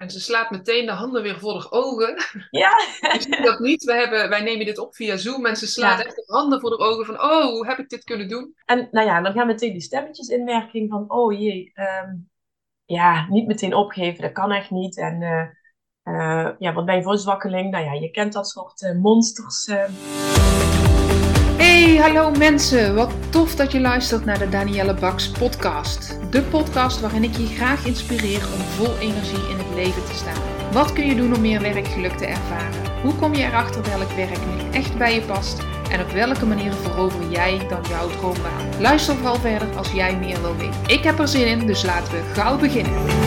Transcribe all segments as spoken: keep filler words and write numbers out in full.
En ze slaat meteen de handen weer voor haar ogen. Ja, Je ziet dat niet. Wij, hebben, wij nemen dit op via Zoom. En ze slaat ja. echt de handen voor haar ogen van... Oh, hoe heb ik dit kunnen doen? En nou ja, dan gaan meteen die stemmetjes in werking van, oh jee, ehm, ja, niet meteen opgeven, dat kan echt niet. En eh, eh, ja, wat ben je voor een zwakkeling? Nou ja, je kent dat soort eh, monsters. eh. Hey, hallo mensen. Wat tof dat je luistert naar de Danielle Baks podcast. De podcast waarin ik je graag inspireer om vol energie in het leven te staan. Wat kun je doen om meer werkgeluk te ervaren? Hoe kom je erachter welk werk nu echt bij je past? En op welke manier verover jij dan jouw droombaan? Luister vooral verder als jij meer wil weten. Ik heb er zin in, dus laten we gauw beginnen.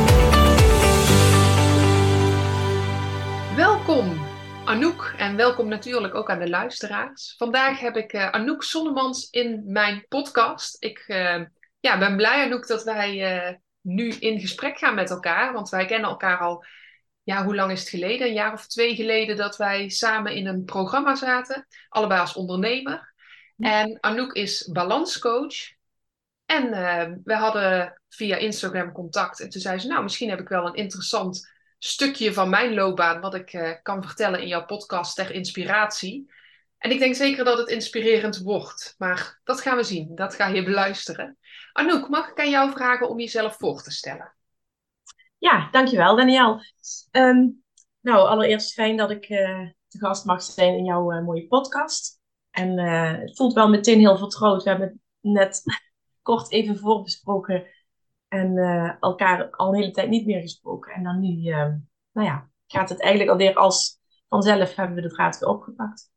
Welkom Anouk en welkom natuurlijk ook aan de luisteraars. Vandaag heb ik uh, Anouk Sonnemans in mijn podcast. Ik uh, ja, ben blij Anouk dat wij uh, nu in gesprek gaan met elkaar. Want wij kennen elkaar al, ja, hoe lang is het geleden? Een jaar of twee geleden dat wij samen in een programma zaten. Allebei als ondernemer. En Anouk is balanscoach. En uh, we hadden via Instagram contact. En toen zei ze, nou misschien heb ik wel een interessant stukje van mijn loopbaan wat ik uh, kan vertellen in jouw podcast ter inspiratie. En ik denk zeker dat het inspirerend wordt. Maar dat gaan we zien. Dat ga je beluisteren. Anouk, mag ik aan jou vragen om jezelf voor te stellen? Ja, dankjewel Daniel. Um, nou, allereerst fijn dat ik uh, te gast mag zijn in jouw uh, mooie podcast. En uh, het voelt wel meteen heel vertrouwd. We hebben het net kort even voorbesproken en uh, elkaar al een hele tijd niet meer gesproken. En dan nu, uh, nou ja, gaat het eigenlijk alweer als vanzelf hebben we de draad weer opgepakt.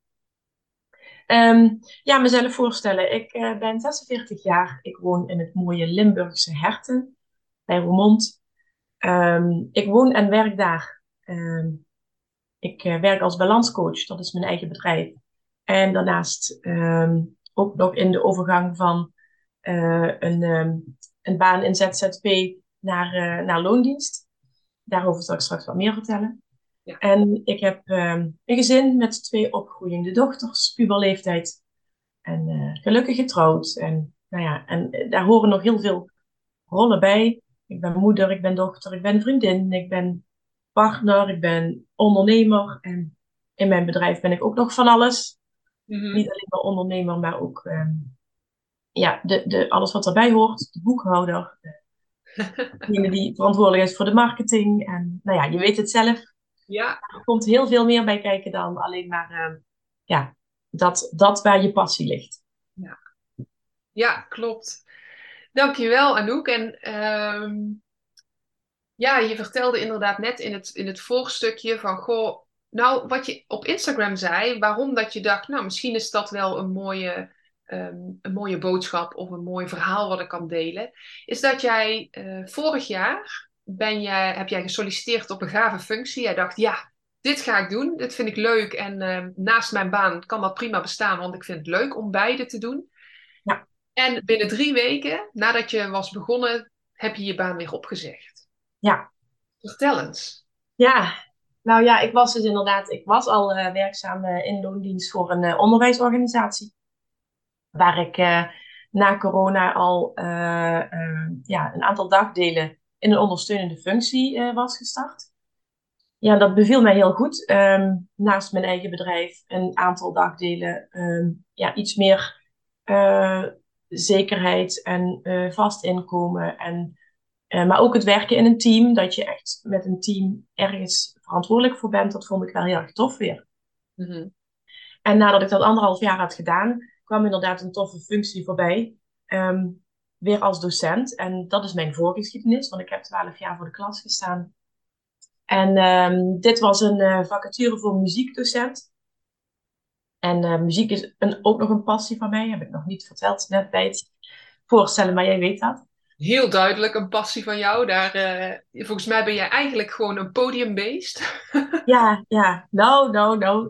Um, ja, mezelf voorstellen. Ik uh, ben zesenveertig jaar. Ik woon in het mooie Limburgse Herten, bij Roermond. Um, ik woon en werk daar. Um, ik uh, werk als balanscoach, dat is mijn eigen bedrijf. En daarnaast um, ook nog in de overgang van uh, een, um, een baan in Z Z P naar, uh, naar loondienst. Daarover zal ik straks wat meer vertellen. Ja. En ik heb um, een gezin met twee opgroeiende dochters, puberleeftijd. En uh, gelukkig getrouwd. En, nou ja, en uh, daar horen nog heel veel rollen bij. Ik ben moeder, ik ben dochter, ik ben vriendin, ik ben partner, ik ben ondernemer. En in mijn bedrijf ben ik ook nog van alles. Mm-hmm. Niet alleen maar ondernemer, maar ook um, ja, de, de, alles wat erbij hoort. De boekhouder, degene die verantwoordelijk is voor de marketing. En nou ja, je weet het zelf. Ja. Er komt heel veel meer bij kijken dan alleen maar um, ja, dat, dat waar je passie ligt. Ja, ja, klopt. Dankjewel Anouk. En um, ja, je vertelde inderdaad net in het, in het voorstukje van, goh, nou, wat je op Instagram zei, waarom dat je dacht, nou, misschien is dat wel een mooie, um, een mooie boodschap of een mooi verhaal wat ik kan delen, is dat jij uh, vorig jaar ben jij, heb jij gesolliciteerd op een gave functie. Jij dacht, ja, dit ga ik doen, dit vind ik leuk en uh, naast mijn baan kan dat prima bestaan, want ik vind het leuk om beide te doen. Ja. En binnen drie weken, nadat je was begonnen, heb je je baan weer opgezegd. Ja. Vertel eens. Ja, nou ja, ik was dus inderdaad, ik was al uh, werkzaam uh, in loondienst voor een uh, onderwijsorganisatie. Waar ik uh, na corona al uh, uh, ja, een aantal dagdelen in een ondersteunende functie uh, was gestart. Ja, dat beviel mij heel goed. Um, naast mijn eigen bedrijf een aantal dagdelen, um, ja, iets meer uh, zekerheid en uh, vast inkomen. En, uh, maar ook het werken in een team, dat je echt met een team ergens verantwoordelijk voor bent, dat vond ik wel heel erg tof weer. Mm-hmm. En nadat ik dat anderhalf jaar had gedaan, kwam inderdaad een toffe functie voorbij. Um, weer als docent. En dat is mijn voorgeschiedenis, want ik heb twaalf jaar voor de klas gestaan. En um, dit was een uh, vacature voor muziekdocent. En uh, muziek is een, ook nog een passie van mij. Heb ik nog niet verteld net bij het voorstellen, maar jij weet dat. Heel duidelijk een passie van jou. Daar, uh, volgens mij ben jij eigenlijk gewoon een podiumbeest. Ja, ja. No, no, no.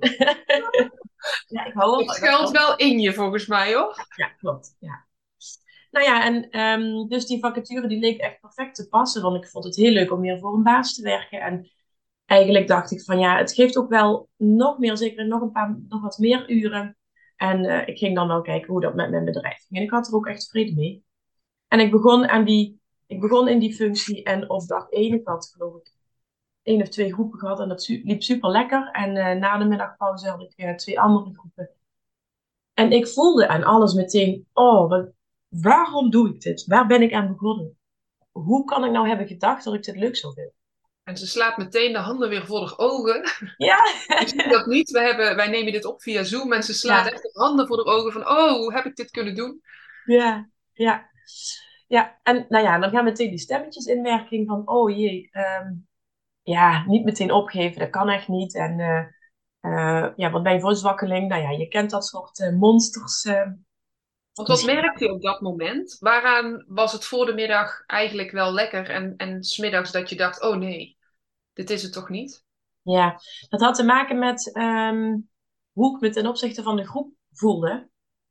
Ja, ik hou Het wel van schuilt dat. wel in je volgens mij hoor. Ja, klopt. Ja. Nou ja, en um, dus die vacature die leek echt perfect te passen. Want ik vond het heel leuk om weer voor een baas te werken. En eigenlijk dacht ik van ja, het geeft ook wel nog meer, zeker nog een paar, nog wat meer uren. En uh, ik ging dan wel kijken hoe dat met mijn bedrijf ging. En ik had er ook echt vrede mee. En ik begon aan die, ik begon in die functie en op dag één, ik had geloof ik één of twee groepen gehad en dat su- liep super lekker. En uh, na de middagpauze had ik uh, twee andere groepen. En ik voelde aan alles meteen, oh, wat, waarom doe ik dit? Waar ben ik aan begonnen? Hoe kan ik nou hebben gedacht dat ik dit leuk zou vinden? En ze slaat meteen de handen weer voor de ogen. Ja, Je ziet dat niet. We hebben, wij nemen dit op via Zoom en ze slaat ja, echt de handen voor de ogen van, oh, hoe heb ik dit kunnen doen? ja, ja. Ja, en nou ja, dan gaan meteen die stemmetjes in werking van, oh jee, ehm, ja, niet meteen opgeven, dat kan echt niet. En uh, uh, ja, wat ben je voor een zwakkeling? Nou ja, je kent dat soort uh, monsters. Uh, Want wat misschien. merkte je op dat moment? Waaraan was het voor de middag eigenlijk wel lekker en, en 's middags dat je dacht, oh nee, dit is het toch niet? Ja, dat had te maken met um, hoe ik me ten opzichte van de groep voelde.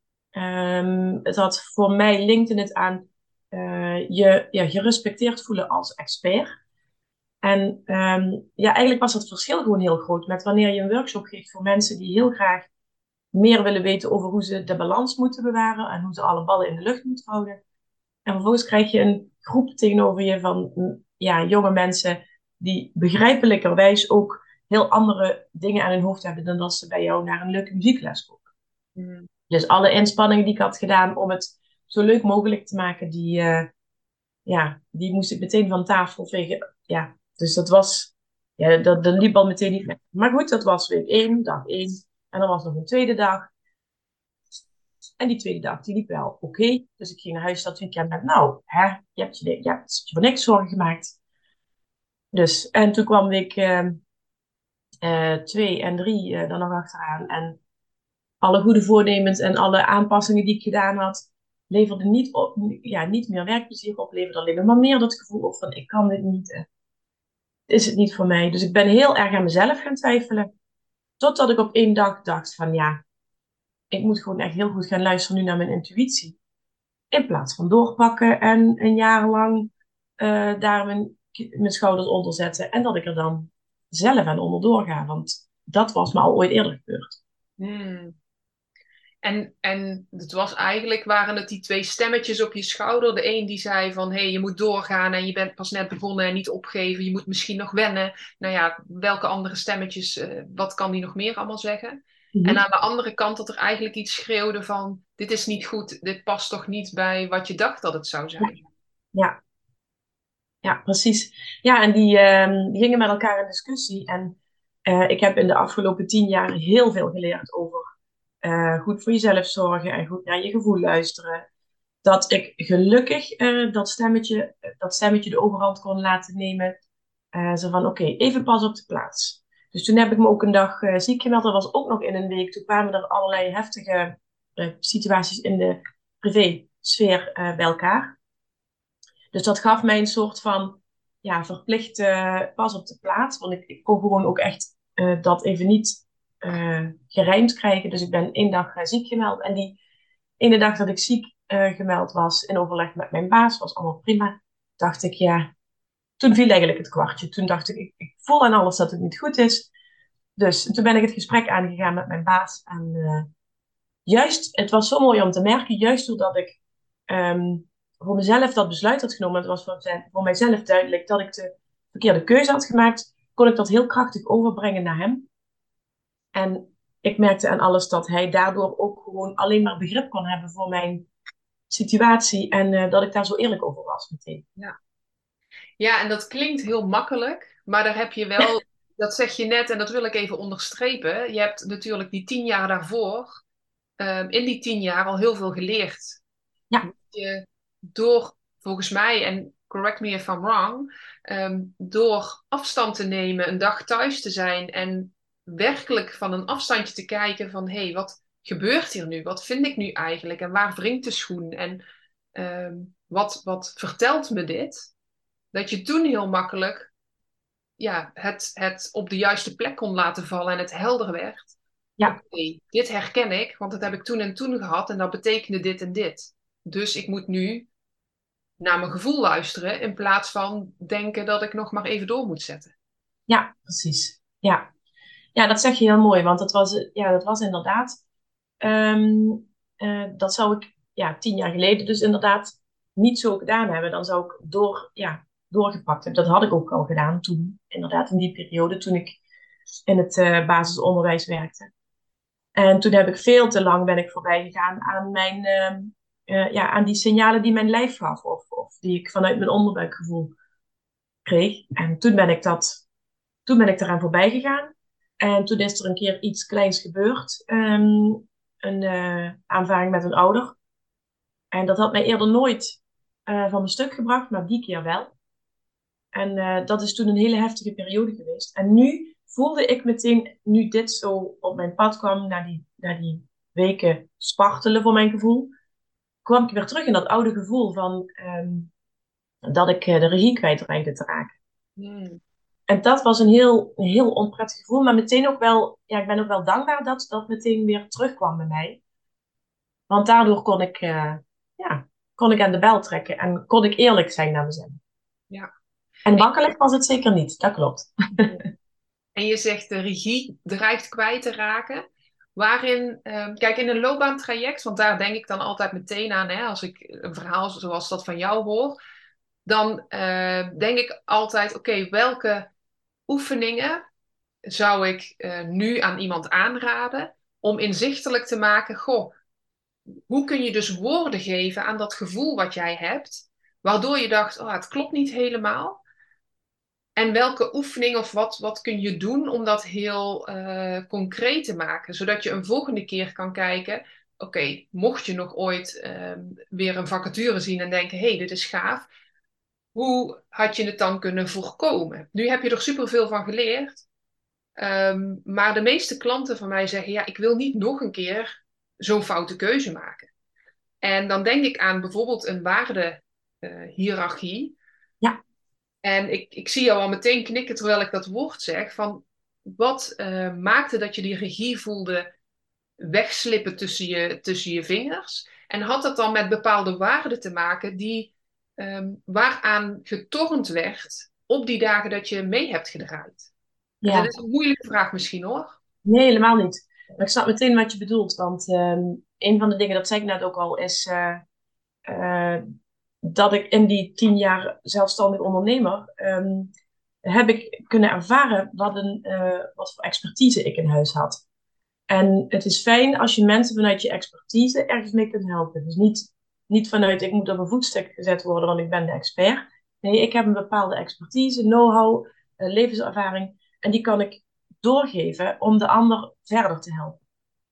Um, het had voor mij linkte het aan uh, je ja, gerespecteerd voelen als expert. En um, ja, eigenlijk was dat verschil gewoon heel groot met wanneer je een workshop geeft voor mensen die heel graag meer willen weten over hoe ze de balans moeten bewaren en hoe ze alle ballen in de lucht moeten houden. En vervolgens krijg je een groep tegenover je van ja, jonge mensen die begrijpelijkerwijs ook heel andere dingen aan hun hoofd hebben dan dat ze bij jou naar een leuke muziekles komen. Hmm. Dus alle inspanningen die ik had gedaan om het zo leuk mogelijk te maken, die, uh, ja, die moest ik meteen van tafel vegen. Ja, dus dat was, ja, dat, dat liep al meteen niet meer. Maar goed, dat was week één, dag één. En dan was nog een tweede dag. En die tweede dag, die liep wel oké. Okay. Dus ik ging naar huis dat weekend met, nou, hè, je hebt je, je hebt je voor niks zorgen gemaakt. Dus, en toen kwam week uh, uh, twee en drie uh, er nog achteraan. En alle goede voornemens en alle aanpassingen die ik gedaan had, leverden niet, op, ja, niet meer werkplezier op, leverde alleen maar meer dat gevoel op van, ik kan dit niet, uh, is het niet voor mij. Dus ik ben heel erg aan mezelf gaan twijfelen. Totdat ik op één dag dacht van, ja, ik moet gewoon echt heel goed gaan luisteren nu naar mijn intuïtie. In plaats van doorpakken en een jaar lang uh, daar mijn, mijn schouders onder zetten. En dat ik er dan zelf aan onderdoor ga. Want dat was me al ooit eerder gebeurd. Hmm. En, en het was eigenlijk, waren het die twee stemmetjes op je schouder. De een die zei van, hé, hey, je moet doorgaan en je bent pas net begonnen en niet opgeven. Je moet misschien nog wennen. Nou ja, welke andere stemmetjes, uh, wat kan die nog meer allemaal zeggen? En Mm-hmm. aan de andere kant dat er eigenlijk iets schreeuwde van, dit is niet goed. Dit past toch niet bij wat je dacht dat het zou zijn. Ja, ja, precies. Ja, en die, uh, die gingen met elkaar in discussie. En uh, ik heb in de afgelopen tien jaar heel veel geleerd over uh, goed voor jezelf zorgen en goed naar je gevoel luisteren. Dat ik gelukkig uh, dat, stemmetje, dat stemmetje de overhand kon laten nemen. Uh, zo van, oké, okay, even pas op de plaats. Dus toen heb ik me ook een dag uh, ziek gemeld. Dat was ook nog in een week. Toen kwamen er allerlei heftige uh, situaties in de privé-sfeer uh, bij elkaar. Dus dat gaf mij een soort van ja, verplichte uh, pas op de plaats. Want ik, ik kon gewoon ook echt uh, dat even niet uh, gerijmd krijgen. Dus ik ben één dag uh, ziek gemeld. En die ene dag dat ik ziek uh, gemeld was, in overleg met mijn baas, was allemaal prima. Dacht ik, ja, toen viel eigenlijk het kwartje. Toen dacht ik, ik, ik voel aan alles dat het niet goed is. Dus toen ben ik het gesprek aangegaan met mijn baas. En uh, juist, het was zo mooi om te merken, juist doordat ik um, voor mezelf dat besluit had genomen, het was voor, zijn, voor mijzelf duidelijk dat ik de verkeerde keuze had gemaakt, kon ik dat heel krachtig overbrengen naar hem. En ik merkte aan alles dat hij daardoor ook gewoon alleen maar begrip kon hebben voor mijn situatie en uh, dat ik daar zo eerlijk over was meteen. Ja. Ja, en dat klinkt heel makkelijk, maar daar heb je wel, dat zeg je net en dat wil ik even onderstrepen. Je hebt natuurlijk die tien jaar daarvoor, um, in die tien jaar al heel veel geleerd. Ja, Je door, volgens mij, en correct me if I'm wrong, um, door afstand te nemen, een dag thuis te zijn en werkelijk van een afstandje te kijken van, hé, hey, wat gebeurt hier nu? Wat vind ik nu eigenlijk? En waar wringt de schoen? En um, wat, wat vertelt me dit? Dat je toen heel makkelijk ja, het, het op de juiste plek kon laten vallen en het helder werd. Oké, ja, okay, dit herken ik, want dat heb ik toen en toen gehad en dat betekende dit en dit. Dus ik moet nu naar mijn gevoel luisteren in plaats van denken dat ik nog maar even door moet zetten. ja, precies. Ja. Ja, dat zeg je heel mooi, want dat was, ja, dat was inderdaad, um, uh, dat zou ik ja, tien jaar geleden dus inderdaad niet zo gedaan hebben. Dan zou ik door, ja, doorgepakt heb. Dat had ik ook al gedaan toen, inderdaad in die periode, toen ik in het uh, basisonderwijs werkte. En toen heb ik veel te lang ben ik voorbij gegaan aan, mijn, uh, uh, ja, aan die signalen die mijn lijf gaf. Of, of die ik vanuit mijn onderbuikgevoel kreeg. En toen ben ik, dat, toen ben ik eraan voorbij gegaan. En toen is er een keer iets kleins gebeurd. Um, een uh, aanvaring met een ouder. En dat had mij eerder nooit uh, van mijn stuk gebracht, maar die keer wel. En uh, dat is toen een hele heftige periode geweest. En nu voelde ik meteen, nu dit zo op mijn pad kwam, na die, na die weken spartelen voor mijn gevoel, kwam ik weer terug in dat oude gevoel van um, dat ik uh, de regie kwijt dreigde te raken. Hmm. En dat was een heel, een heel onprettig gevoel, maar meteen ook wel, ja, ik ben ook wel dankbaar dat dat meteen weer terugkwam bij mij. Want daardoor kon ik, uh, ja, kon ik aan de bel trekken en kon ik eerlijk zijn naar mezelf. Ja. En makkelijk was het zeker niet, dat klopt. En je zegt de regie dreigt kwijt te raken. Waarin, um, kijk, in een loopbaantraject, want daar denk ik dan altijd meteen aan, hè, als ik een verhaal zoals dat van jou hoor, dan uh, denk ik altijd, oké, okay, welke oefeningen zou ik uh, nu aan iemand aanraden om inzichtelijk te maken, goh, hoe kun je dus woorden geven aan dat gevoel wat jij hebt, waardoor je dacht, oh, het klopt niet helemaal. En welke oefening of wat, wat kun je doen om dat heel uh, concreet te maken, zodat je een volgende keer kan kijken, oké, okay, mocht je nog ooit uh, weer een vacature zien en denken, hé, hey, dit is gaaf, hoe had je het dan kunnen voorkomen? Nu heb je er superveel van geleerd, um, maar de meeste klanten van mij zeggen, ja, ik wil niet nog een keer zo'n foute keuze maken. En dan denk ik aan bijvoorbeeld een waardehiërarchie. Uh, ja. En ik, ik zie jou al meteen knikken terwijl ik dat woord zeg. Van wat uh, maakte dat je die regie voelde wegslippen tussen je, tussen je vingers? En had dat dan met bepaalde waarden te maken die, um, waaraan getornd werd op die dagen dat je mee hebt gedraaid? En Ja. dat is een moeilijke vraag misschien hoor. Nee, helemaal niet. Maar ik snap meteen wat je bedoelt. Want um, een van de dingen, dat zei ik net ook al, is uh, uh, dat ik in die tien jaar zelfstandig ondernemer um, heb ik kunnen ervaren wat, een, uh, wat voor expertise ik in huis had. En het is fijn als je mensen vanuit je expertise ergens mee kunt helpen. Dus niet, niet vanuit ik moet op een voetstuk gezet worden, want ik ben de expert. Nee, ik heb een bepaalde expertise, know-how, uh, levenservaring. En die kan ik doorgeven om de ander verder te helpen.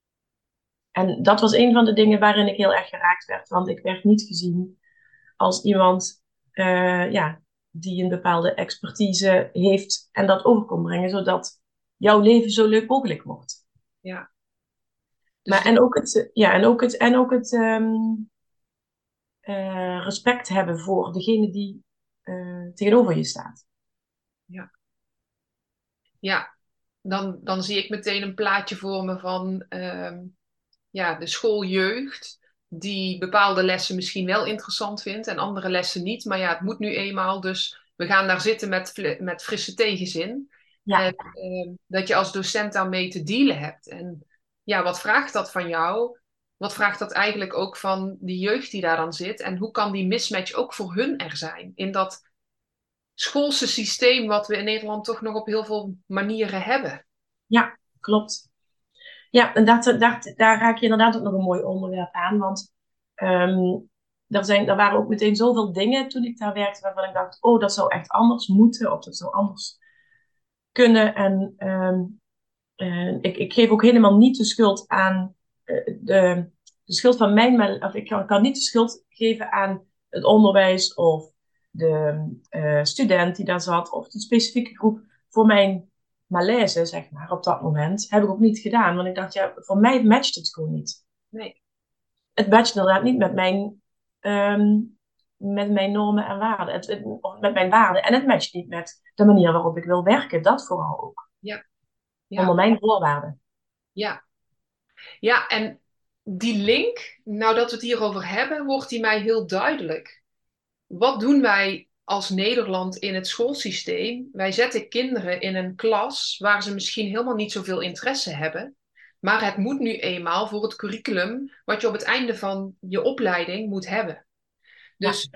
En dat was een van de dingen waarin ik heel erg geraakt werd. Want ik werd niet gezien als iemand uh, ja, die een bepaalde expertise heeft en dat over kon brengen, zodat jouw leven zo leuk mogelijk wordt. Ja. Dus Maar, en ook het, ja, en ook het, en ook het um, uh, respect hebben voor degene die uh, tegenover je staat. Ja. Ja. Dan, dan zie ik meteen een plaatje voor me van um, ja, de schooljeugd die bepaalde lessen misschien wel interessant vindt en andere lessen niet. Maar ja, het moet nu eenmaal, dus we gaan daar zitten met, met frisse tegenzin. Ja. En uh, dat je als docent daarmee te dealen hebt. En ja, wat vraagt dat van jou? Wat vraagt dat eigenlijk ook van die jeugd die daar dan zit? En hoe kan die mismatch ook voor hun er zijn? In dat schoolse systeem wat we in Nederland toch nog op heel veel manieren hebben. Ja, klopt. Ja, en dat, dat, daar raak je inderdaad ook nog een mooi onderwerp aan. Want um, er, zijn, er waren ook meteen zoveel dingen toen ik daar werkte waarvan ik dacht, oh, dat zou echt anders moeten of dat zou anders kunnen. En um, uh, ik, ik geef ook helemaal niet de schuld aan uh, de, de schuld van mijn, of ik kan, kan niet de schuld geven aan het onderwijs of de uh, student die daar zat of die specifieke groep voor mijn malaise, zeg maar, op dat moment, heb ik ook niet gedaan. Want ik dacht, ja, voor mij matcht het gewoon niet. Nee. Het matcht inderdaad niet met mijn, um, met mijn normen en waarden. Het, het, met mijn waarden. En het matcht niet met de manier waarop ik wil werken. Dat vooral ook. Ja. Ja. Onder mijn voorwaarden. Ja. Ja, en die link, nou dat we het hierover hebben, wordt die mij heel duidelijk. Wat doen wij als Nederland in het schoolsysteem? Wij zetten kinderen in een klas waar ze misschien helemaal niet zoveel interesse hebben. Maar het moet nu eenmaal voor het curriculum wat je op het einde van je opleiding moet hebben. Dus Ja.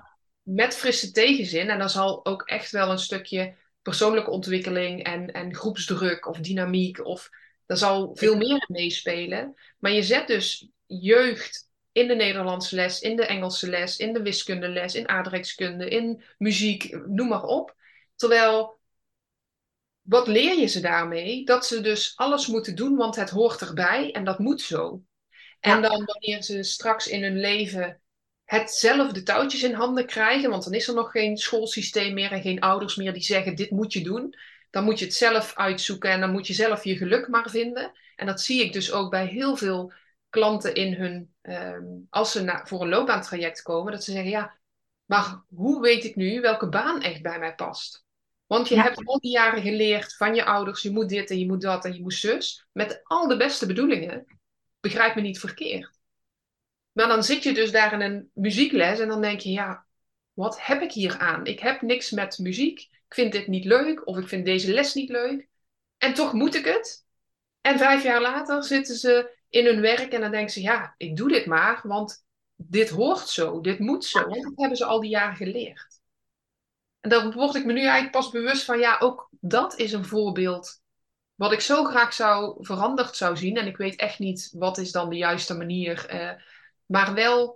met frisse tegenzin. En dan zal ook echt wel een stukje persoonlijke ontwikkeling en, en groepsdruk of dynamiek. Of daar zal veel meer in meespelen. Maar je zet dus jeugd in de Nederlandse les, in de Engelse les, in de wiskundeles, in aardrijkskunde, in muziek, noem maar op. Terwijl, wat leer je ze daarmee? Dat ze dus alles moeten doen, want het hoort erbij en dat moet zo. En Ja, dan wanneer ze straks in hun leven hetzelfde touwtjes in handen krijgen, want dan is er nog geen schoolsysteem meer en geen ouders meer die zeggen: dit moet je doen. Dan moet je het zelf uitzoeken en dan moet je zelf je geluk maar vinden. En dat zie ik dus ook bij heel veel klanten in hun, ehm, als ze na, voor een loopbaantraject komen, dat ze zeggen: ja, maar hoe weet ik nu welke baan echt bij mij past? Want je ja, hebt al die jaren geleerd van je ouders: je moet dit en je moet dat en je moet zus. Met al de beste bedoelingen, begrijp me niet verkeerd. Maar dan zit je dus daar in een muziekles en dan denk je: ja, wat heb ik hier aan? Ik heb niks met muziek. Ik vind dit niet leuk of ik vind deze les niet leuk. En toch moet ik het. En vijf jaar later zitten ze in hun werk en dan denken ze: ja, ik doe dit maar, want dit hoort zo, dit moet zo. Want dat hebben ze al die jaren geleerd. En dan word ik me nu eigenlijk pas bewust van: ja, ook dat is een voorbeeld wat ik zo graag zou veranderd zou zien. En ik weet echt niet wat is dan de juiste manier. Eh, maar wel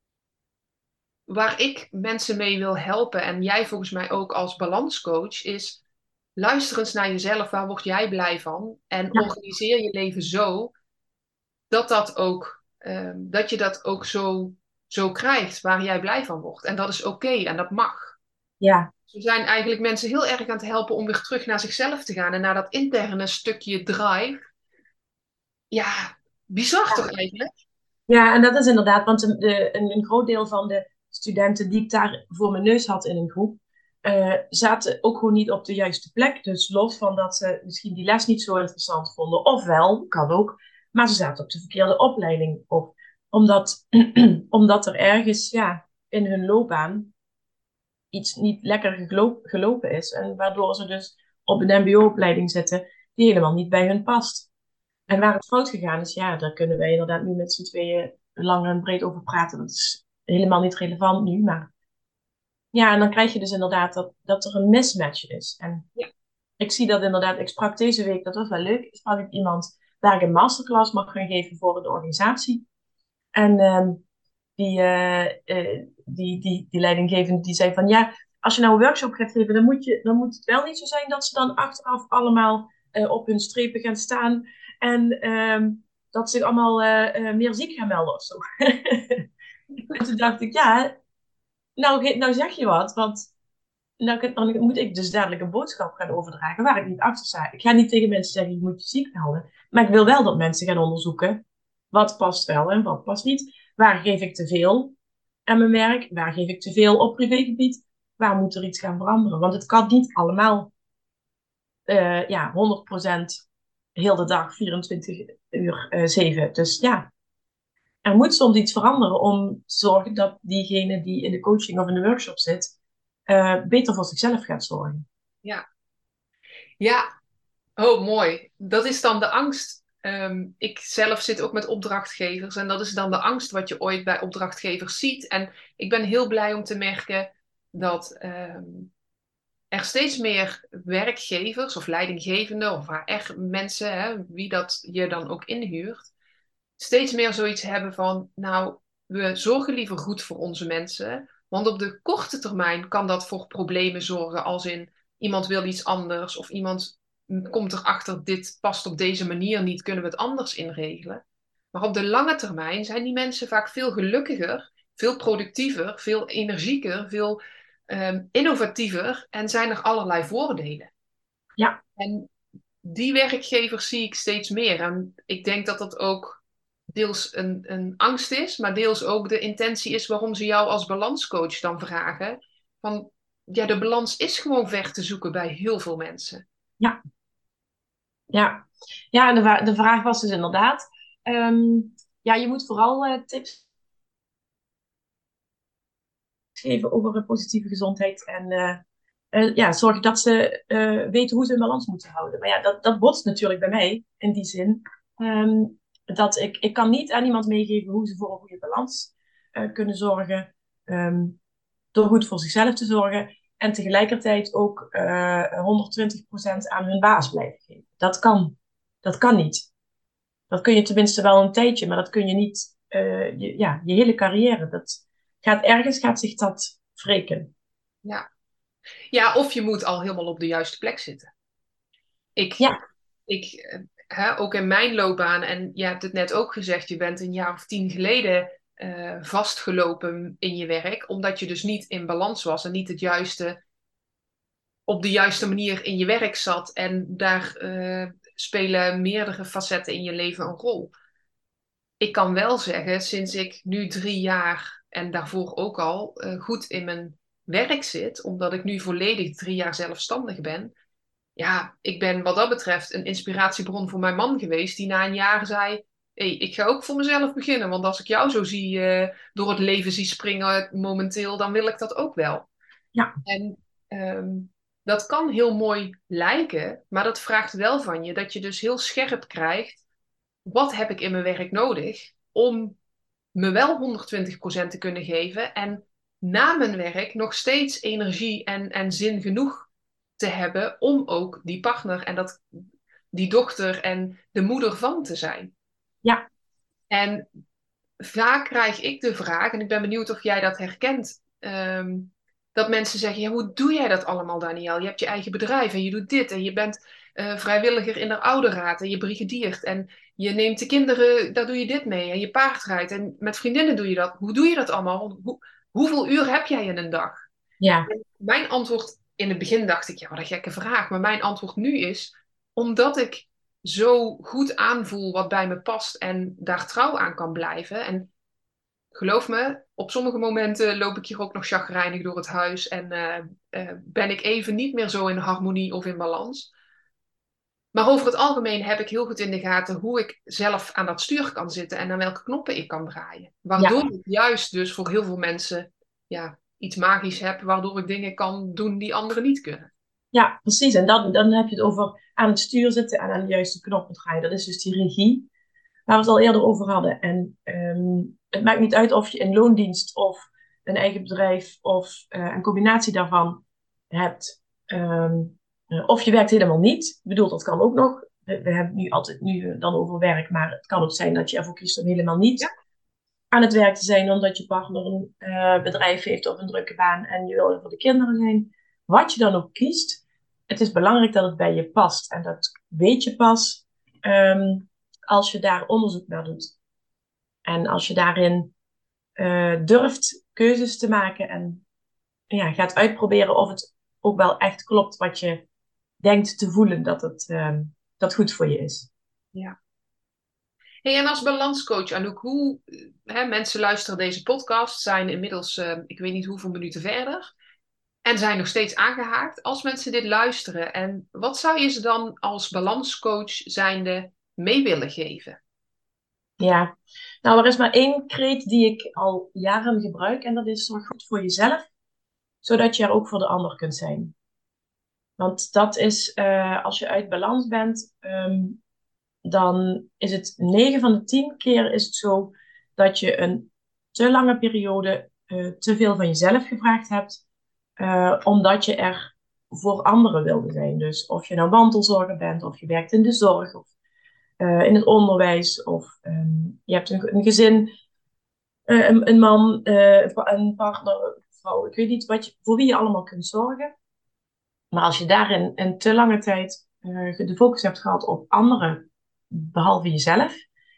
waar ik mensen mee wil helpen, en jij volgens mij ook als balanscoach, is luister eens naar jezelf. Waar word jij blij van? En ja, organiseer je leven zo dat, dat, ook, ehm, dat je dat ook zo, zo krijgt waar jij blij van wordt. En dat is oké en dat mag. ja. We zijn eigenlijk mensen heel erg aan het helpen om weer terug naar zichzelf te gaan en naar dat interne stukje drive. Ja, bizar toch eigenlijk? Ja, en dat is inderdaad, want de, de- een, een groot deel van de studenten die ik daar voor mijn neus had in een groep, eh, zaten ook gewoon niet op de juiste plek. Dus los van dat ze misschien die les niet zo interessant vonden, of wel, kan ook, maar ze zaten op de verkeerde opleiding. Of omdat, omdat er ergens ja, in hun loopbaan iets niet lekker gegelo- gelopen is. En waardoor ze dus op een M B O-opleiding zitten die helemaal niet bij hun past. En waar het fout gegaan is, ja, daar kunnen wij inderdaad nu met z'n tweeën lang en breed over praten. Dat is helemaal niet relevant nu, maar ja, en dan krijg je dus inderdaad dat, dat er een mismatch is. En Ja. ik zie dat inderdaad, ik sprak deze week, dat was wel leuk, ik sprak ik iemand waar ik een masterclass mag gaan geven voor de organisatie. En ehm, die, eh, eh, die, die, die leidinggevende die zei van ja, als je nou een workshop gaat geven, dan moet, je, dan moet het wel niet zo zijn dat ze dan achteraf allemaal eh, op hun strepen gaan staan en ehm, dat ze zich allemaal eh, eh, meer ziek gaan melden of zo. En toen dacht ik, ja, nou, ge- nou zeg je wat, want nou, dan moet ik dus dadelijk een boodschap gaan overdragen waar ik niet achter sta. Ik ga niet tegen mensen zeggen, je moet je ziek melden, maar ik wil wel dat mensen gaan onderzoeken wat past wel en wat past niet. Waar geef ik te veel aan mijn werk? Waar geef ik te veel op privégebied? Waar moet er iets gaan veranderen? Want het kan niet allemaal eh, ja, honderd procent heel de dag, vierentwintig uur, eh, zeven. Dus ja, er moet soms iets veranderen om te zorgen dat diegene die in de coaching of in de workshop zit, eh, beter voor zichzelf gaat zorgen. Ja. Ja, oh, mooi. Dat is dan de angst. Ehm, ik zelf zit ook met opdrachtgevers en dat is dan de angst wat je ooit bij opdrachtgevers ziet. En ik ben heel blij om te merken dat ehm, er steeds meer werkgevers of leidinggevenden of H R-mensen, hè, wie dat je dan ook inhuurt, steeds meer zoiets hebben van: nou, we zorgen liever goed voor onze mensen, want op de korte termijn kan dat voor problemen zorgen, als in iemand wil iets anders of iemand komt erachter: dit past op deze manier niet, kunnen we het anders inregelen. Maar op de lange termijn zijn die mensen vaak veel gelukkiger, veel productiever, veel energieker, veel ehm, innovatiever en zijn er allerlei voordelen. Ja, En die werkgevers zie ik steeds meer. En ik denk dat dat ook deels een, een angst is, maar deels ook de intentie is waarom ze jou als balanscoach dan vragen. Van ja, de balans is gewoon ver te zoeken bij heel veel mensen. ja, ja. Ja, en de, va- de vraag was dus inderdaad, ehm, ja, je moet vooral eh, tips geven over eh, positieve gezondheid en eh, eh, ja, zorgen dat ze eh, weten hoe ze een balans moeten houden. Maar ja, dat, dat botst natuurlijk bij mij in die zin. ehm, dat ik, ik kan niet aan iemand meegeven hoe ze voor een goede balans eh, kunnen zorgen. Ehm, door goed voor zichzelf te zorgen en tegelijkertijd ook uh, honderdtwintig procent aan hun baas blijven geven. Dat kan. Dat kan niet. Dat kun je tenminste wel een tijdje, maar dat kun je niet uh, je, ja, je hele carrière. Dat gaat ergens gaat zich dat wreken. Ja. Ja, of je moet al helemaal op de juiste plek zitten. Ik, Ja. ik hè, ook in mijn loopbaan, en je hebt het net ook gezegd, je bent een jaar of tien geleden uh, vastgelopen in je werk, omdat je dus niet in balans was en niet het juiste, op de juiste manier in je werk zat. En daar uh, spelen meerdere facetten in je leven een rol. Ik kan wel zeggen, sinds ik nu drie jaar en daarvoor ook al uh, goed in mijn werk zit, omdat ik nu volledig drie jaar zelfstandig ben. Ja, ik ben wat dat betreft een inspiratiebron voor mijn man geweest, die na een jaar zei: hey, ik ga ook voor mezelf beginnen, want als ik jou zo zie uh, door het leven zie springen momenteel, dan wil ik dat ook wel. Ja. En um, dat kan heel mooi lijken, maar dat vraagt wel van je dat je dus heel scherp krijgt: wat heb ik in mijn werk nodig om me wel honderdtwintig procent te kunnen geven en na mijn werk nog steeds energie en, en zin genoeg te hebben om ook die partner en dat, die dochter en de moeder van te zijn. Ja. En vaak krijg ik de vraag, en ik ben benieuwd of jij dat herkent, um, dat mensen zeggen: ja, hoe doe jij dat allemaal, Daniël? Je hebt je eigen bedrijf en je doet dit en je bent uh, vrijwilliger in de ouderraad en je brigadiert en je neemt de kinderen, daar doe je dit mee en je paardrijdt en met vriendinnen doe je dat. Hoe doe je dat allemaal? Hoe, hoeveel uur heb jij in een dag? Ja. En mijn antwoord, in het begin dacht ik: ja, wat een gekke vraag. Maar mijn antwoord nu is, omdat ik zo goed aanvoel wat bij me past en daar trouw aan kan blijven. En geloof me, op sommige momenten loop ik hier ook nog chagrijnig door het huis en uh, uh, ben ik even niet meer zo in harmonie of in balans. Maar over het algemeen heb ik heel goed in de gaten hoe ik zelf aan dat stuur kan zitten en aan welke knoppen ik kan draaien. Waardoor Ja. ik juist dus voor heel veel mensen ja, iets magisch heb, waardoor ik dingen kan doen die anderen niet kunnen. Ja, precies. En dan, dan heb je het over aan het stuur zitten en aan de juiste knoppen draaien. Dat is dus die regie waar we het al eerder over hadden. En um, het maakt niet uit of je een loondienst of een eigen bedrijf of uh, een combinatie daarvan hebt. Um, uh, of je werkt helemaal niet. Ik bedoel, dat kan ook nog. We, we hebben het nu altijd nu dan over werk, maar het kan ook zijn dat je ervoor kiest om helemaal niet Ja. aan het werk te zijn, omdat je partner een uh, bedrijf heeft of een drukke baan en je wil er voor de kinderen zijn. Wat je dan ook kiest, het is belangrijk dat het bij je past. En dat weet je pas um, als je daar onderzoek naar doet. En als je daarin uh, durft keuzes te maken en ja, gaat uitproberen of het ook wel echt klopt wat je denkt te voelen dat het um, dat goed voor je is. Ja. Hey, en als balanscoach, Anouk, hoe hè, mensen luisteren deze podcast, zijn inmiddels, uh, ik weet niet hoeveel minuten verder, en zijn nog steeds aangehaakt. Als mensen dit luisteren, en wat zou je ze dan als balanscoach zijnde mee willen geven? Ja, nou, er is maar één kreet die ik al jaren gebruik en dat is: zorg goed voor jezelf, zodat je er ook voor de ander kunt zijn. Want dat is, uh, als je uit balans bent, um, dan is het negen van de tien keer is het zo dat je een te lange periode uh, te veel van jezelf gevraagd hebt, uh, omdat je er voor anderen wilde zijn. Dus of je nou mantelzorger bent, of je werkt in de zorg, of uh, in het onderwijs, of um, je hebt een, een gezin, uh, een, een man, uh, een partner, een vrouw. Ik weet niet wat je, voor wie je allemaal kunt zorgen. Maar als je daarin een te lange tijd uh, de focus hebt gehad op anderen, behalve jezelf,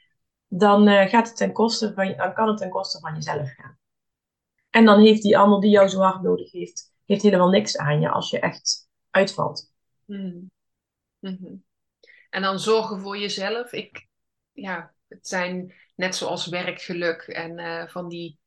dan, uh, gaat het ten koste van, dan kan het ten koste van jezelf gaan. En dan heeft die ander die jou zo hard nodig heeft, heeft helemaal niks aan je als je echt uitvalt. Mm. Mm-hmm. En dan zorgen voor jezelf. Ik, ja, het zijn net zoals werkgeluk en uh, van die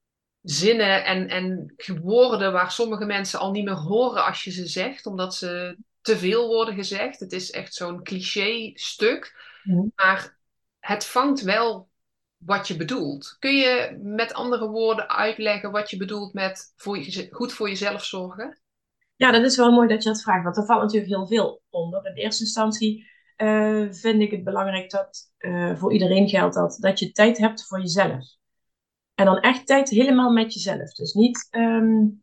zinnen en, en woorden waar sommige mensen al niet meer horen als je ze zegt, omdat ze te veel worden gezegd. Het is echt zo'n cliché-stuk, Mm. maar het vangt wel wat je bedoelt. Kun je met andere woorden uitleggen wat je bedoelt met voor je, goed voor jezelf zorgen? Ja, dat is wel mooi dat je dat vraagt, want er valt natuurlijk heel veel onder. In eerste instantie uh, vind ik het belangrijk dat uh, voor iedereen geldt dat, dat je tijd hebt voor jezelf. En dan echt tijd helemaal met jezelf. Dus niet um,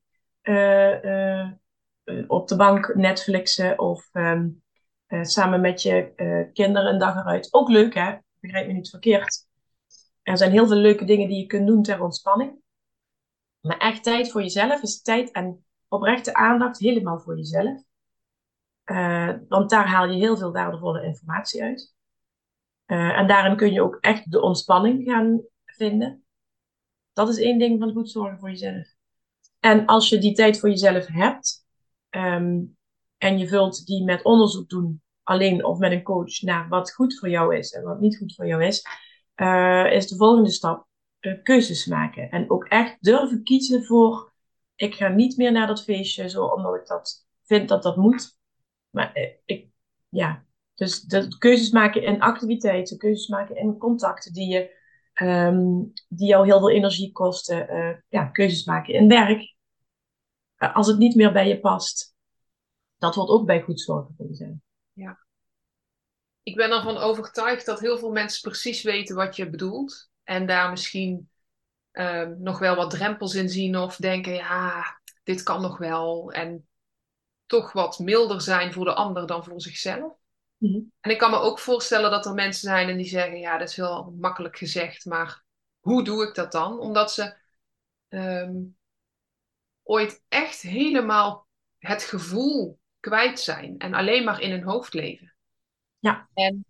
uh, uh, op de bank Netflixen of um, uh, samen met je uh, kinderen een dag eruit. Ook leuk, hè? Begrijp me niet verkeerd. Er zijn heel veel leuke dingen die je kunt doen ter ontspanning. Maar echt tijd voor jezelf is tijd en oprechte aandacht helemaal voor jezelf. Uh, want daar haal je heel veel waardevolle informatie uit. Uh, en daarin kun je ook echt de ontspanning gaan vinden. Dat is één ding van goed zorgen voor jezelf. En als je die tijd voor jezelf hebt, um, en je vult die met onderzoek doen, alleen of met een coach, naar wat goed voor jou is en wat niet goed voor jou is, uh, is de volgende stap uh, keuzes maken. En ook echt durven kiezen voor, ik ga niet meer naar dat feestje, zo omdat ik dat vind dat dat moet. Maar uh, ik, ja, dus de keuzes maken in activiteiten, keuzes maken in contacten die je, um, die jou heel veel energie kosten, uh, ja, keuzes maken in werk. Uh, als het niet meer bij je past, dat hoort ook bij goed zorgen voor jezelf. Ja. Ik ben ervan overtuigd dat heel veel mensen precies weten wat je bedoelt. En daar misschien uh, nog wel wat drempels in zien of denken, ja, dit kan nog wel. En toch wat milder zijn voor de ander dan voor zichzelf. Mm-hmm. En ik kan me ook voorstellen dat er mensen zijn en die zeggen, ja, dat is heel makkelijk gezegd, maar hoe doe ik dat dan? Omdat ze um, ooit echt helemaal het gevoel kwijt zijn en alleen maar in hun hoofd leven. Ja. En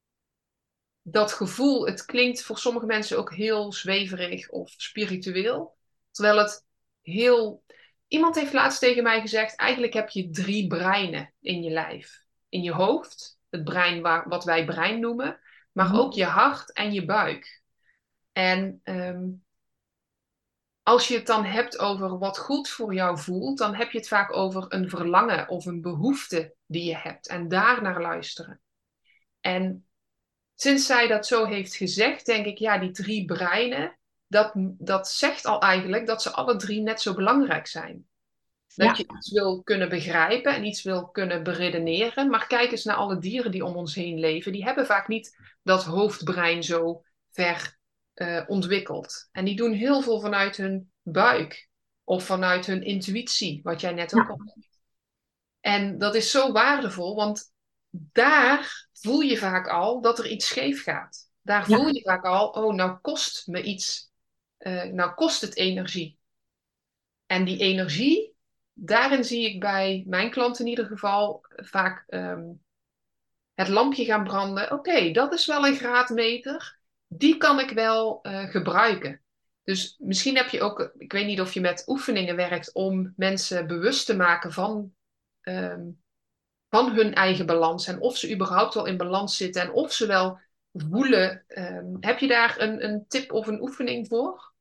dat gevoel, het klinkt voor sommige mensen ook heel zweverig of spiritueel. Terwijl het heel... Iemand heeft laatst tegen mij gezegd, eigenlijk heb je drie breinen in je lijf. In je hoofd, het brein waar, wat wij brein noemen, maar Mm-hmm. ook je hart en je buik. En um, als je het dan hebt over wat goed voor jou voelt, dan heb je het vaak over een verlangen of een behoefte die je hebt. En daar naar luisteren. En sinds zij dat zo heeft gezegd, denk ik, ja, die drie breinen, dat, dat zegt al eigenlijk dat ze alle drie net zo belangrijk zijn. Dat Ja. je iets wil kunnen begrijpen en iets wil kunnen beredeneren. Maar kijk eens naar alle dieren die om ons heen leven. Die hebben vaak niet dat hoofdbrein zo ver uh, ontwikkeld. En die doen heel veel vanuit hun buik. Of vanuit hun intuïtie, wat jij net ook Ja. al zei. En dat is zo waardevol, want daar voel je vaak al dat er iets scheef gaat. Daar voel Ja. je vaak al, oh, nou kost me iets. Uh, nou kost het energie. En die energie, daarin zie ik bij mijn klanten in ieder geval vaak um, het lampje gaan branden. Oké, okay, dat is wel een graadmeter. Die kan ik wel uh, gebruiken. Dus misschien heb je ook, ik weet niet of je met oefeningen werkt om mensen bewust te maken van, um, van hun eigen balans. En of ze überhaupt wel in balans zitten en of ze wel voelen. Um, heb je daar een, een tip of een oefening voor?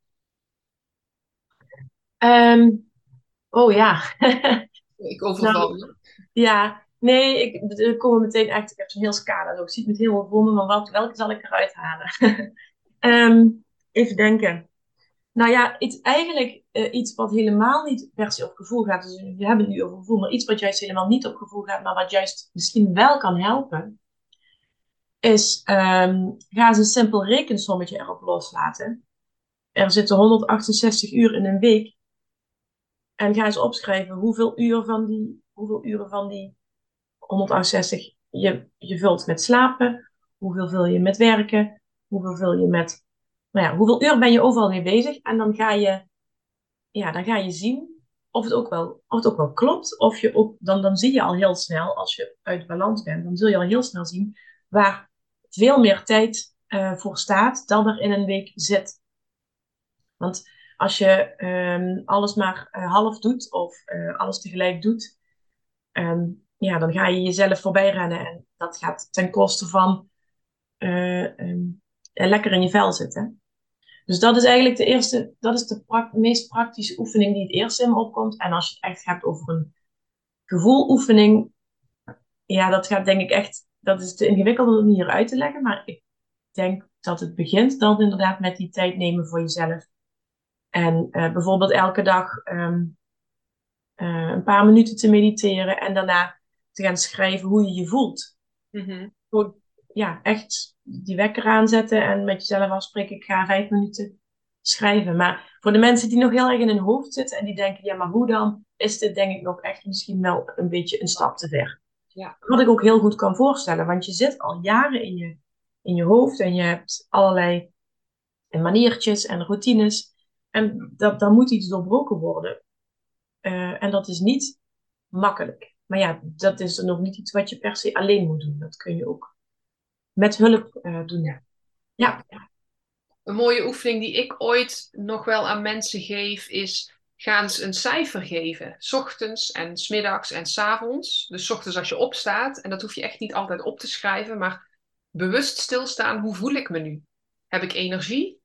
Um, oh ja. Ik overval Nou, je. ja. Nee, ik, er komen meteen echt, ik heb zo'n heel scala. Zo. Ik zie het met heel veel voor me, maar wat, welke zal ik eruit halen? um, even denken. Nou ja, iets, eigenlijk uh, iets wat helemaal niet per se op gevoel gaat. Dus we hebben het nu over gevoel, maar iets wat juist helemaal niet op gevoel gaat, maar wat juist misschien wel kan helpen, is um, ga eens een simpel rekensommetje erop loslaten. Er zitten honderdachtenzestig uur in een week. En ga eens opschrijven hoeveel, uur van die, hoeveel uren van die honderdachtenzestig je, je vult met slapen. Hoeveel vul je met werken. Hoeveel vul je met... Nou ja, hoeveel uur ben je overal mee bezig. En dan ga je, ja, dan ga je zien of het ook wel, of het ook wel klopt. Of je ook, dan, dan zie je al heel snel, als je uit balans bent, dan zul je al heel snel zien waar veel meer tijd uh, voor staat dan er in een week zit. Want als je um, alles maar uh, half doet of uh, alles tegelijk doet, um, ja, dan ga je jezelf voorbij rennen. En dat gaat ten koste van uh, um, lekker in je vel zitten. Dus dat is eigenlijk de eerste, dat is de pra- meest praktische oefening die het eerst in me opkomt. En als je het echt hebt over een gevoeloefening, ja, dat gaat denk ik echt, dat is te ingewikkeld om het hier uit te leggen. Maar ik denk dat het begint dan inderdaad met die tijd nemen voor jezelf. En uh, bijvoorbeeld elke dag um, uh, een paar minuten te mediteren en daarna te gaan schrijven hoe je je voelt. Mm-hmm. Gewoon, ja, echt die wekker aanzetten en met jezelf afspreken, ik ga vijf minuten schrijven. Maar voor de mensen die nog heel erg in hun hoofd zitten en die denken, ja, maar hoe dan? Is dit denk ik nog echt misschien wel een beetje een stap te ver. Ja. Wat ik ook heel goed kan voorstellen, want je zit al jaren in je, in je hoofd en je hebt allerlei maniertjes en routines. En dat, daar moet iets doorbroken worden. Uh, en dat is niet makkelijk. Maar ja, dat is nog niet iets wat je per se alleen moet doen. Dat kun je ook met hulp uh, doen. Ja. Ja. Ja. Een mooie oefening die ik ooit nog wel aan mensen geef is... Ga eens een cijfer geven. 's Ochtends en 's middags en 's avonds. Dus 's ochtends als je opstaat. En dat hoef je echt niet altijd op te schrijven. Maar bewust stilstaan. Hoe voel ik me nu? Heb ik energie?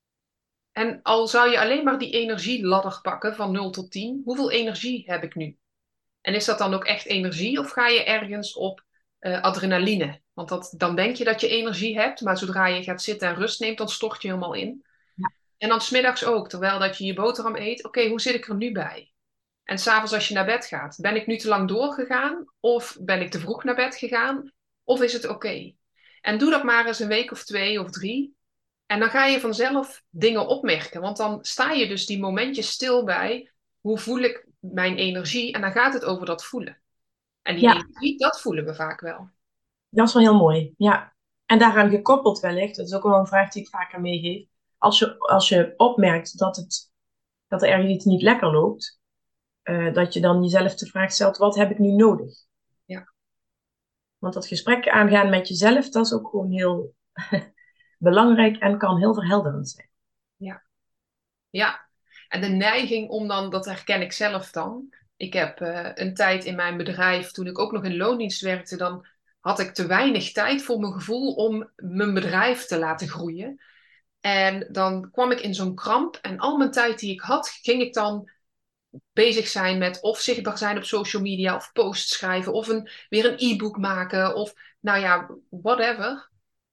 En al zou je alleen maar die energieladder pakken van nul tot tien. Hoeveel energie heb ik nu? En is dat dan ook echt energie? Of ga je ergens op uh, adrenaline? Want dat, dan denk je dat je energie hebt. Maar zodra je gaat zitten en rust neemt, dan stort je helemaal in. Ja. En dan 's middags ook. Terwijl dat je je boterham eet. Oké, okay, hoe zit ik er nu bij? En 's avonds als je naar bed gaat. Ben ik nu te lang doorgegaan? Of ben ik te vroeg naar bed gegaan? Of is het oké? Okay? En doe dat maar eens een week of twee of drie. En dan ga je vanzelf dingen opmerken. Want dan sta je dus die momentjes stil bij. Hoe voel ik mijn energie? En dan gaat het over dat voelen. En die Ja, energie, dat voelen we vaak wel. dat is wel heel mooi. Ja. En daaraan gekoppeld wellicht, dat is ook wel een vraag die ik vaker meegeef. Als je, als je opmerkt dat, het, dat er ergens iets niet lekker loopt, uh, dat je dan jezelf de vraag stelt, wat heb ik nu nodig? Ja. Want dat gesprek aangaan met jezelf, dat is ook gewoon heel belangrijk en kan heel verhelderend zijn. Ja. Ja. En de neiging om dan, dat herken ik zelf dan. Ik heb uh, een tijd in mijn bedrijf, toen ik ook nog in loondienst werkte, dan had ik te weinig tijd voor mijn gevoel om mijn bedrijf te laten groeien. En dan kwam ik in zo'n kramp en al mijn tijd die ik had, ging ik dan bezig zijn met of zichtbaar zijn op social media of posts schrijven of een, weer een e-book maken of nou ja, whatever.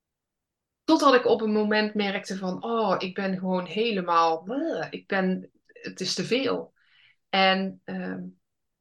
Totdat ik op een moment merkte van, oh, ik ben gewoon helemaal, bleh, ik ben, het is te veel. En um,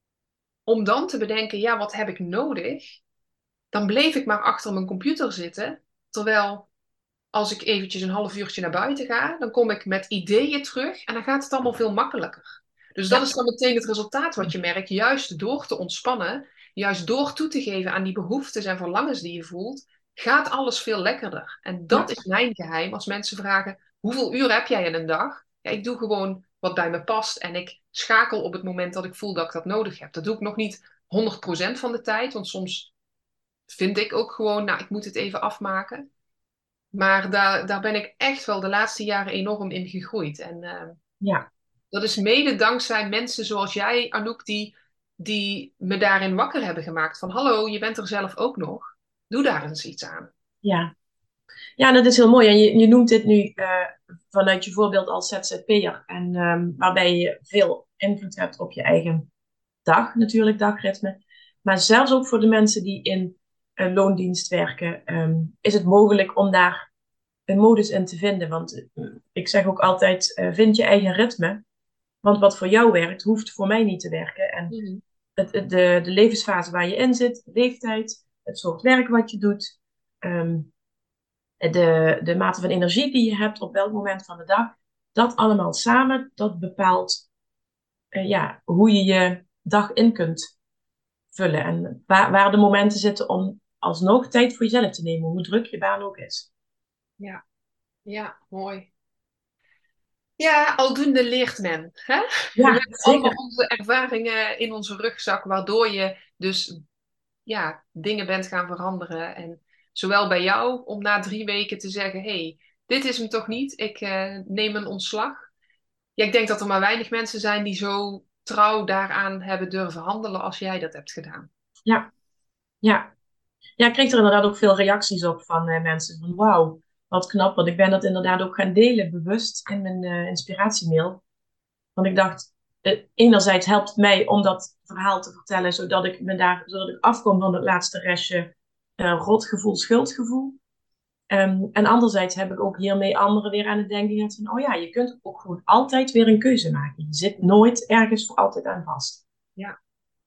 om dan te bedenken, ja, wat heb ik nodig? Dan bleef ik maar achter mijn computer zitten. Terwijl als ik eventjes een half uurtje naar buiten ga, dan kom ik met ideeën terug en dan gaat het allemaal veel makkelijker. Dus dat Ja. is dan meteen het resultaat wat je merkt. Juist door te ontspannen, juist door toe te geven aan die behoeftes en verlangens die je voelt, gaat alles veel lekkerder. En dat Ja. is mijn geheim. Als mensen vragen, hoeveel uur heb jij in een dag? Ja, ik doe gewoon wat bij me past en ik schakel op het moment dat ik voel dat ik dat nodig heb. Dat doe ik nog niet honderd procent van de tijd, want soms vind ik ook gewoon, nou, ik moet het even afmaken. Maar daar, daar ben ik echt wel de laatste jaren enorm in gegroeid. En uh, Ja. dat is mede dankzij mensen zoals jij, Anouk, die, die me daarin wakker hebben gemaakt. Van hallo, je bent er zelf ook nog. Doe daar eens iets aan. Ja. Ja, dat is heel mooi. En je, je noemt dit nu uh, vanuit je voorbeeld als Z Z P'er. En um, waarbij je veel invloed hebt op je eigen dag, natuurlijk, dagritme. Maar zelfs ook voor de mensen die in een loondienst werken, um, is het mogelijk om daar een modus in te vinden. Want uh, ik zeg ook altijd, uh, vind je eigen ritme. Want wat voor jou werkt, hoeft voor mij niet te werken. En Mm-hmm. het, het, de, de levensfase waar je in zit, de leeftijd, het soort werk wat je doet, um, de, de mate van energie die je hebt op welk moment van de dag, dat allemaal samen, dat bepaalt uh, ja, hoe je je dag in kunt vullen. En waar, waar de momenten zitten om alsnog tijd voor jezelf te nemen, hoe druk je baan ook is. Ja, ja, mooi. Ja, aldoende leert men. Hè? We Ja, hebben allemaal zeker. onze ervaringen in onze rugzak, waardoor je dus ja, dingen bent gaan veranderen. En zowel bij jou om na drie weken te zeggen, hey, dit is hem toch niet, ik uh, neem een ontslag. Ja, ik denk dat er maar weinig mensen zijn die zo trouw daaraan hebben durven handelen als jij dat hebt gedaan. Ja, ja. Ja, ik kreeg er inderdaad ook veel reacties op van uh, mensen. Van wauw, wat knap. Want ik ben dat inderdaad ook gaan delen, bewust, in mijn uh, inspiratiemail. Want ik dacht, uh, enerzijds helpt het mij om dat verhaal te vertellen, zodat ik, me daar, zodat ik afkom van het laatste restje uh, rotgevoel, schuldgevoel. Um, en anderzijds heb ik ook hiermee anderen weer aan het denken gezet van, oh ja, je kunt ook gewoon altijd weer een keuze maken. Je zit nooit ergens voor altijd aan vast. Ja,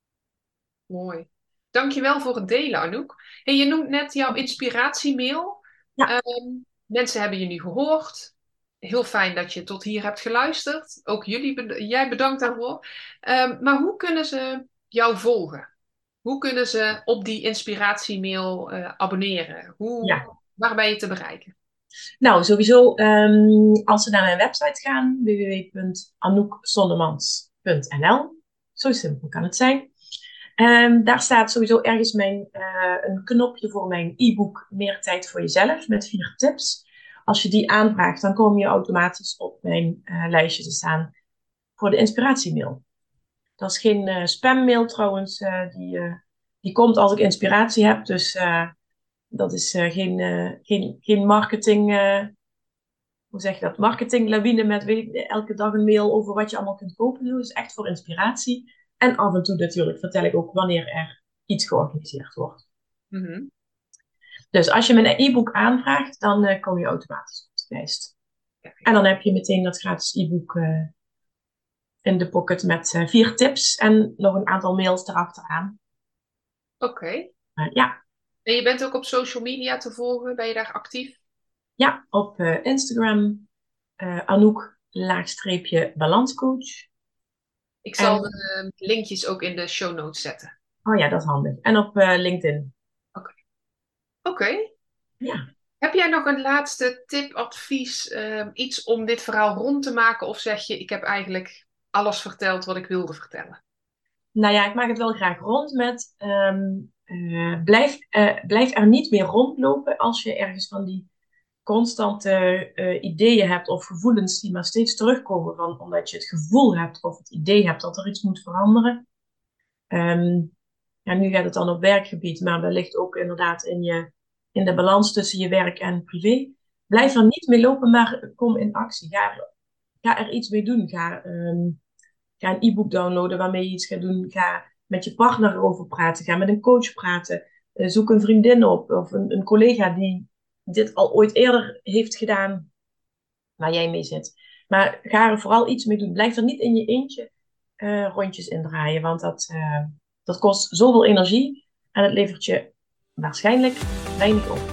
mooi. Dankjewel voor het delen, Anouk. Hey, je noemt net jouw inspiratiemail. Ja. Um, mensen hebben je nu gehoord. heel fijn dat je tot hier hebt geluisterd. Ook jullie, bed- jij bedankt daarvoor. Um, maar hoe kunnen ze jou volgen? Hoe kunnen ze op die inspiratiemail uh, abonneren? Hoe, Ja. waar ben je te bereiken? Nou, sowieso um, als ze naar mijn website gaan, w w w punt anouk sonnemans punt n l. Zo simpel kan het zijn. Um, daar staat sowieso ergens mijn, uh, een knopje voor mijn e-book Meer tijd voor jezelf met vier tips. Als je die aanvraagt, dan kom je automatisch op mijn uh, lijstje te staan voor de inspiratiemail. Dat is geen uh, spammail trouwens, uh, die, uh, die komt als ik inspiratie heb. Dus uh, dat is uh, geen, uh, geen, geen marketing, uh, hoe zeg je dat? Marketinglawine met weet ik, elke dag een mail over wat je allemaal kunt kopen. Dat is echt voor inspiratie. En af en toe natuurlijk vertel ik ook wanneer er iets georganiseerd wordt. Mm-hmm. Dus als je mijn e-book aanvraagt, dan uh, kom je automatisch op de lijst. En dan heb je meteen dat gratis e-book uh, in de pocket met uh, vier tips en nog een aantal mails erachteraan. Oké. Okay. Uh, ja. En je bent ook op social media te volgen? Ben je daar actief? Ja, op uh, Instagram, uh, Anouk laagstreepje balanscoach. Ik zal en... de linkjes ook in de show notes zetten. Oh ja, dat is handig. En op uh, LinkedIn. Oké. Okay. Oké. Okay. Ja. Heb jij nog een laatste tip, advies, uh, iets om dit verhaal rond te maken? Of zeg je, ik heb eigenlijk alles verteld wat ik wilde vertellen? Nou ja, ik maak het wel graag rond met... Um, uh, blijf, uh, blijf er niet meer rondlopen als je ergens van die constante uh, ideeën hebt of gevoelens die maar steeds terugkomen. Van, omdat je het gevoel hebt of het idee hebt dat er iets moet veranderen. Um, ja, nu gaat het dan op werkgebied, maar wellicht ook inderdaad in, je, in de balans tussen je werk en privé. Blijf er niet mee lopen, maar kom in actie. Ga, ga er iets mee doen. Ga, um, ga een e-book downloaden waarmee je iets gaat doen. Ga met je partner erover praten. Ga met een coach praten. Uh, zoek een vriendin op of een, een collega die dit al ooit eerder heeft gedaan waar jij mee zit. Maar ga er vooral iets mee doen. Blijf er niet in je eentje uh, rondjes indraaien, want dat, uh, dat kost zoveel energie en het levert je waarschijnlijk weinig op.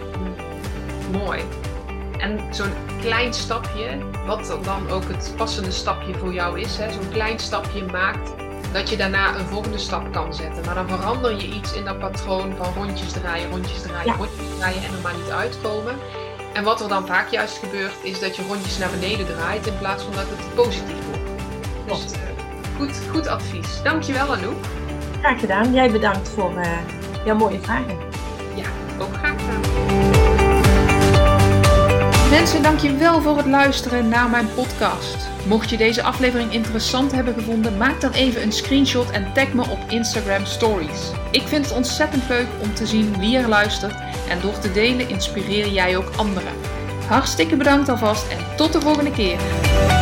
Mooi. En zo'n klein stapje, wat dan ook het passende stapje voor jou is, hè? Zo'n klein stapje maakt dat je daarna een volgende stap kan zetten. Maar dan verander je iets in dat patroon van rondjes draaien, rondjes draaien, ja. rondjes draaien en er maar niet uitkomen. En wat er dan vaak juist gebeurt, is dat je rondjes naar beneden draait in plaats van dat het positief wordt. Dus uh, goed, goed advies. Dankjewel, Anouk. Graag gedaan. Jij bedankt voor uh, jouw mooie vragen. Ja, ook graag gedaan. Mensen, dankjewel voor het luisteren naar mijn podcast. Mocht je deze aflevering interessant hebben gevonden, maak dan even een screenshot en tag me op Instagram Stories. Ik vind het ontzettend leuk om te zien wie er luistert en door te delen inspireer jij ook anderen. Hartstikke bedankt alvast en tot de volgende keer.